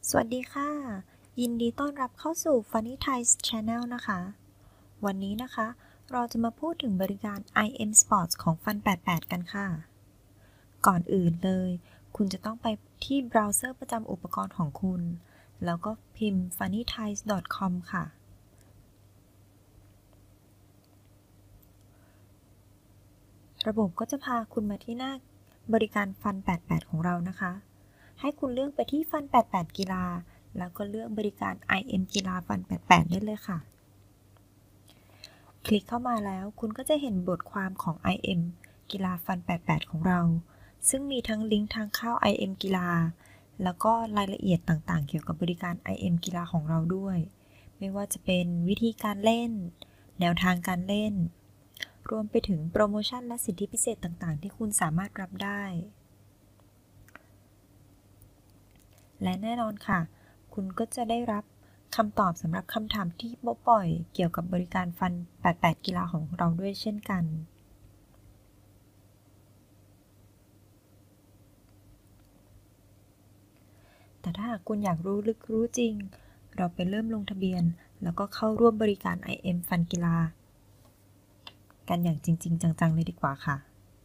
สวัสดีค่ะยินดีต้อนรับเข้าสู่ Funny Thais Channel นะคะวันนี้นะคะเราจะมาพูดถึงบริการ IM Sports ของ Fun88 กันค่ะก่อนอื่นเลยคุณจะต้องไปที่เบราว์เซอร์ประจำอุปกรณ์ของคุณแล้วก็พิมพ์ funnythais.com ค่ะระบบก็จะพาคุณมาที่หน้าบริการ Fun88 ของเรานะคะให้คุณเลือกไปที่ Fun88 กีฬาแล้วก็เลือกบริการ IM กีฬา Fun88 ได้เลยค่ะคลิกเข้ามาแล้วคุณก็จะเห็นบทความของ IM กีฬา Fun88 ของเราซึ่งมีทั้งลิงก์ทางเข้า IM กีฬาแล้วก็รายละเอียดต่างๆเกี่ยวกับบริการ IM กีฬาของเราด้วยไม่ว่าจะเป็นวิธีการเล่นแนวทางการเล่นรวมไปถึงโปรโมชั่นและสิทธิพิเศษต่างๆที่คุณสามารถรับได้และแน่นอนค่ะคุณก็จะได้รับคำตอบสำหรับคำถามที่พบบ่อยเกี่ยวกับบริการฟัน88กีฬาของเราด้วยเช่นกันแต่ถ้าหากคุณอยากรู้ลึกรู้จริงเราไปเริ่มลงทะเบียนแล้วก็เข้าร่วมบริการ IM ฟันกีฬากันอย่างจริงๆจังๆเลยดีกว่าค่ะ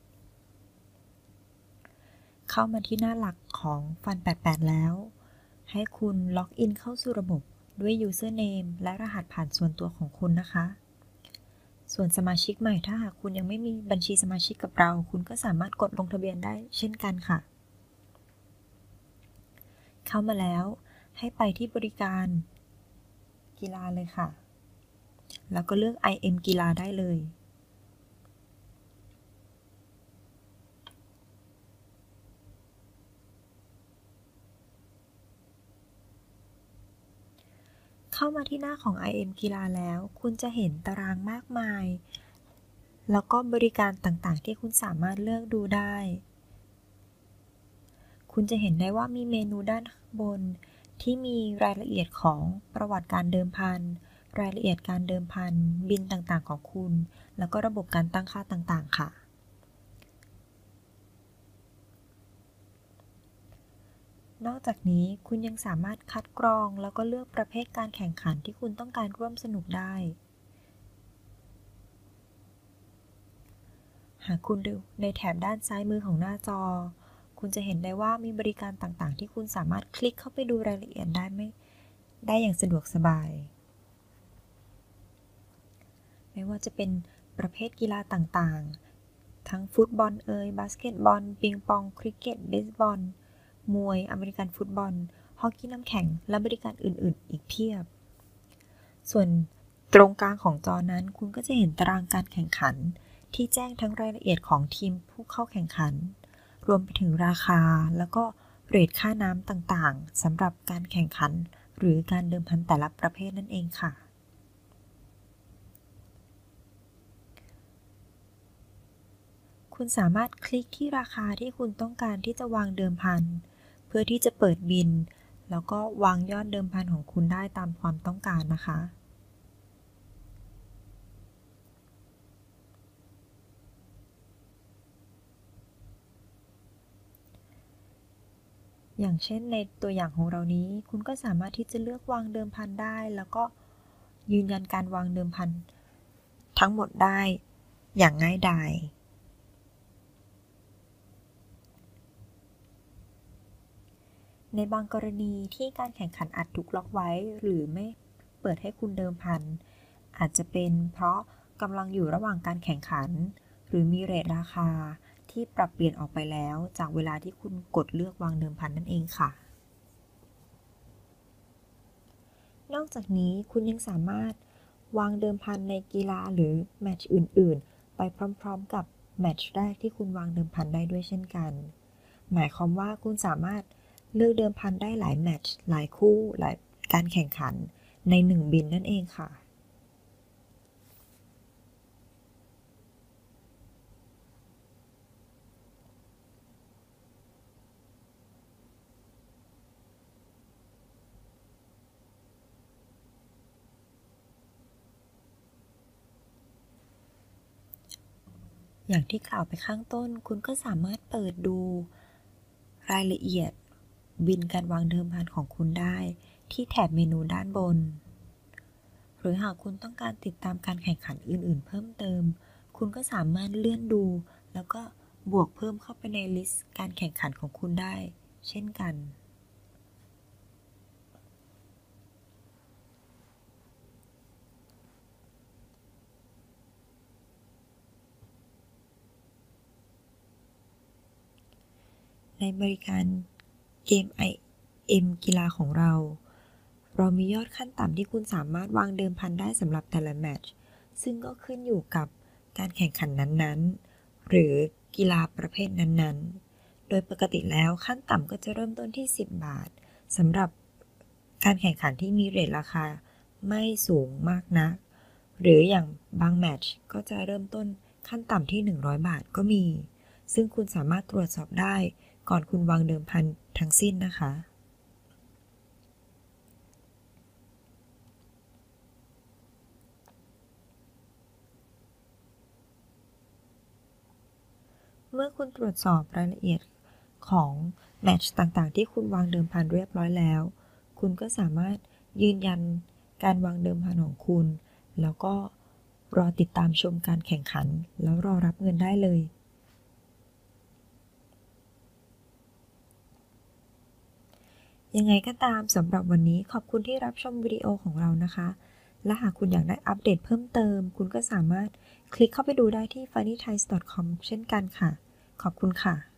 เข้ามาที่หน้าหลักของฟัน88แล้วให้คุณล็อกอินเข้าสู่ระบบด้วย Username และรหัสผ่านส่วนตัวของคุณนะคะส่วนสมาชิกใหม่ถ้าหากคุณยังไม่มีบัญชีสมาชิกกับเราคุณก็สามารถกดลงทะเบียนได้เช่นกันค่ะเข้ามาแล้วให้ไปที่บริการกีฬาเลยค่ะแล้วก็เลือก IM กีฬาได้เลยเข้ามาที่หน้าของ IM กีฬาแล้วคุณจะเห็นตารางมากมายแล้วก็บริการต่างๆที่คุณสามารถเลือกดูได้คุณจะเห็นได้ว่ามีเมนูด้านบนที่มีรายละเอียดของประวัติการเดิมพันรายละเอียดการเดิมพันบินต่างๆของคุณแล้วก็ระบบการตั้งค่าต่างๆค่ะนอกจากนี้คุณยังสามารถคัดกรองแล้วก็เลือกประเภทการแข่งขันที่คุณต้องการร่วมสนุกได้หากคุณดูในแถบด้านซ้ายมือของหน้าจอคุณจะเห็นได้ว่ามีบริการต่างๆที่คุณสามารถคลิกเข้าไปดูรายละเอียดได้อย่างสะดวกสบายไม่ว่าจะเป็นประเภทกีฬาต่างๆทั้งฟุตบอลบาสเกตบอลปิงปองคริกเก็ตเบสบอลมวยอเมริกันฟุตบอลฮอกกี้น้ำแข็งและบริการอื่นๆอีกเพียบส่วนตรงกลางของจอนั้นคุณก็จะเห็นตารางการแข่งขันที่แจ้งทั้งรายละเอียดของทีมผู้เข้าแข่งขันรวมไปถึงราคาแล้วก็เรทค่าน้ำต่างๆสำหรับการแข่งขันหรือการเดิมพันแต่ละประเภทนั่นเองค่ะคุณสามารถคลิกที่ราคาที่คุณต้องการที่จะวางเดิมพันเพื่อที่จะเปิดบินแล้วก็วางยอดเดิมพันของคุณได้ตามความต้องการนะคะอย่างเช่นในตัวอย่างของเรานี้คุณก็สามารถที่จะเลือกวางเดิมพันได้แล้วก็ยืนยันการวางเดิมพันทั้งหมดได้อย่างง่ายดายในบางกรณีที่การแข่งขันอาจถูกล็อกไว้หรือไม่เปิดให้คุณเดิมพันอาจจะเป็นเพราะกำลังอยู่ระหว่างการแข่งขันหรือมีเรทราคาที่ปรับเปลี่ยนออกไปแล้วจากเวลาที่คุณกดเลือกวางเดิมพันนั่นเองค่ะนอกจากนี้คุณยังสามารถวางเดิมพันในกีฬาหรือแมตช์อื่นๆไปพร้อมๆกับแมตช์แรกที่คุณวางเดิมพันได้ด้วยเช่นกันหมายความว่าคุณสามารถเลือกเดิมพันได้หลายแมตช์หลายคู่หลายการแข่งขันในหนึ่งบินนั่นเองค่ะอย่างที่กล่าวไปข้างต้นคุณก็สามารถเปิดดูรายละเอียดบินการวางเดิมพันของคุณได้ที่แถบเมนูด้านบนหรือหากคุณต้องการติดตามการแข่งขันอื่นๆเพิ่มเติมคุณก็สามารถเลื่อนดูแล้วก็บวกเพิ่มเข้าไปในลิสต์การแข่งขันของคุณได้เช่นกันในบริการเกม IM กีฬาของเรามียอดขั้นต่ำที่คุณสามารถวางเดิมพันได้สำหรับแต่ละแมตช์ซึ่งก็ขึ้นอยู่กับการแข่งขันนั้นๆหรือกีฬาประเภทนั้นๆโดยปกติแล้วขั้นต่ำก็จะเริ่มต้นที่10 บาทสำหรับการแข่งขันที่มีเรทราคาไม่สูงมากนักหรืออย่างบางแมตช์ก็จะเริ่มต้นขั้นต่ำที่100 บาทก็มีซึ่งคุณสามารถตรวจสอบได้ก่อนคุณวางเดิมพันทั้งสิ้นนะคะเมื่อคุณตรวจสอบรายละเอียดของแมตช์ต่างๆที่คุณวางเดิมพันเรียบร้อยแล้วคุณก็สามารถยืนยันการวางเดิมพันของคุณแล้วก็รอติดตามชมการแข่งขันแล้วรอรับเงินได้เลยยังไงก็ตามสำหรับวันนี้ขอบคุณที่รับชมวิดีโอของเรานะคะและหากคุณอยากได้อัปเดตเพิ่มเติมคุณก็สามารถคลิกเข้าไปดูได้ที่ funnythais.com เช่นกันค่ะขอบคุณค่ะ